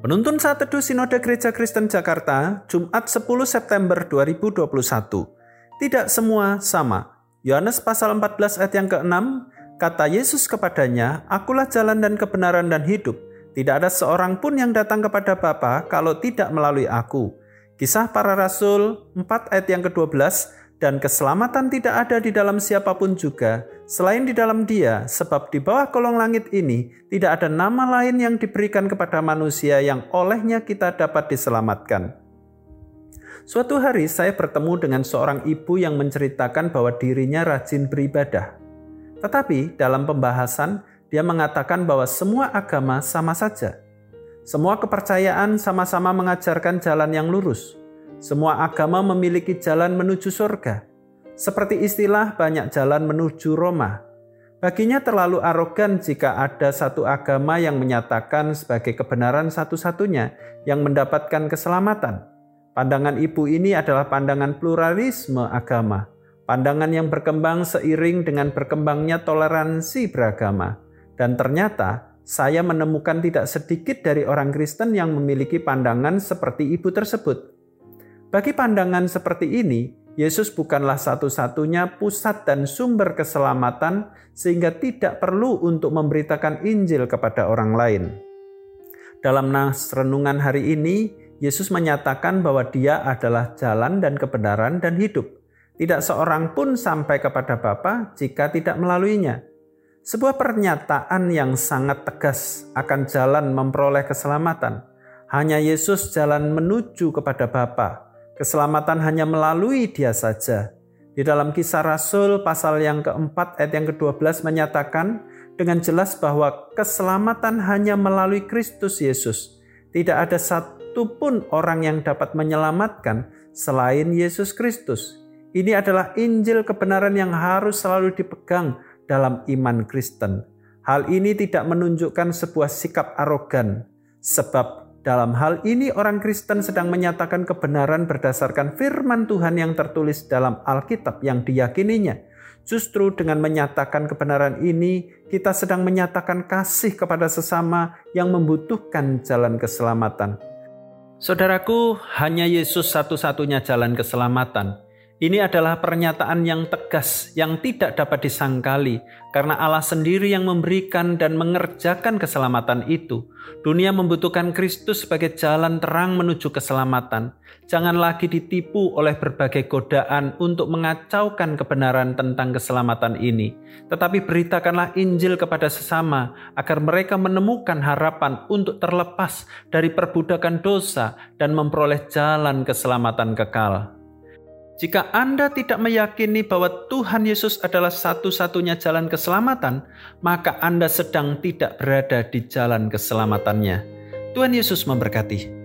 Penuntun Saat Teduh Sinode Gereja Kristen Jakarta, Jumat 10 September 2021. Tidak semua sama. Yohanes pasal 14 ayat yang ke-6, kata Yesus kepadanya, "Akulah jalan dan kebenaran dan hidup. Tidak ada seorang pun yang datang kepada Bapa kalau tidak melalui aku." Kisah Para Rasul 4 ayat yang ke-12, dan keselamatan tidak ada di dalam siapapun juga, selain di dalam Dia, sebab di bawah kolong langit ini tidak ada nama lain yang diberikan kepada manusia yang olehnya kita dapat diselamatkan. Suatu hari saya bertemu dengan seorang ibu yang menceritakan bahwa dirinya rajin beribadah. Tetapi dalam pembahasan, dia mengatakan bahwa semua agama sama saja. Semua kepercayaan sama-sama mengajarkan jalan yang lurus. Semua agama memiliki jalan menuju surga. Seperti istilah banyak jalan menuju Roma. Baginya terlalu arogan jika ada satu agama yang menyatakan sebagai kebenaran satu-satunya yang mendapatkan keselamatan. Pandangan ibu ini adalah pandangan pluralisme agama. Pandangan yang berkembang seiring dengan berkembangnya toleransi beragama. Dan ternyata saya menemukan tidak sedikit dari orang Kristen yang memiliki pandangan seperti ibu tersebut. Bagi pandangan seperti ini, Yesus bukanlah satu-satunya pusat dan sumber keselamatan sehingga tidak perlu untuk memberitakan Injil kepada orang lain. Dalam nas renungan hari ini, Yesus menyatakan bahwa Dia adalah jalan dan kebenaran dan hidup. Tidak seorang pun sampai kepada Bapa jika tidak melaluinya. Sebuah pernyataan yang sangat tegas akan jalan memperoleh keselamatan. Hanya Yesus jalan menuju kepada Bapa. Keselamatan hanya melalui Dia saja. Di dalam Kisah Rasul pasal yang keempat ayat yang ke-12 menyatakan dengan jelas bahwa keselamatan hanya melalui Kristus Yesus. Tidak ada satupun orang yang dapat menyelamatkan selain Yesus Kristus. Ini adalah Injil kebenaran yang harus selalu dipegang dalam iman Kristen. Hal ini tidak menunjukkan sebuah sikap arogan, sebab dalam hal ini orang Kristen sedang menyatakan kebenaran berdasarkan firman Tuhan yang tertulis dalam Alkitab yang diyakininya. Justru dengan menyatakan kebenaran ini, kita sedang menyatakan kasih kepada sesama yang membutuhkan jalan keselamatan. Saudaraku, hanya Yesus satu-satunya jalan keselamatan. Ini adalah pernyataan yang tegas, yang tidak dapat disangkali, karena Allah sendiri yang memberikan dan mengerjakan keselamatan itu. Dunia membutuhkan Kristus sebagai jalan terang menuju keselamatan. Jangan lagi ditipu oleh berbagai godaan untuk mengacaukan kebenaran tentang keselamatan ini. Tetapi beritakanlah Injil kepada sesama, agar mereka menemukan harapan untuk terlepas dari perbudakan dosa dan memperoleh jalan keselamatan kekal. Jika Anda tidak meyakini bahwa Tuhan Yesus adalah satu-satunya jalan keselamatan, maka Anda sedang tidak berada di jalan keselamatannya. Tuhan Yesus memberkati.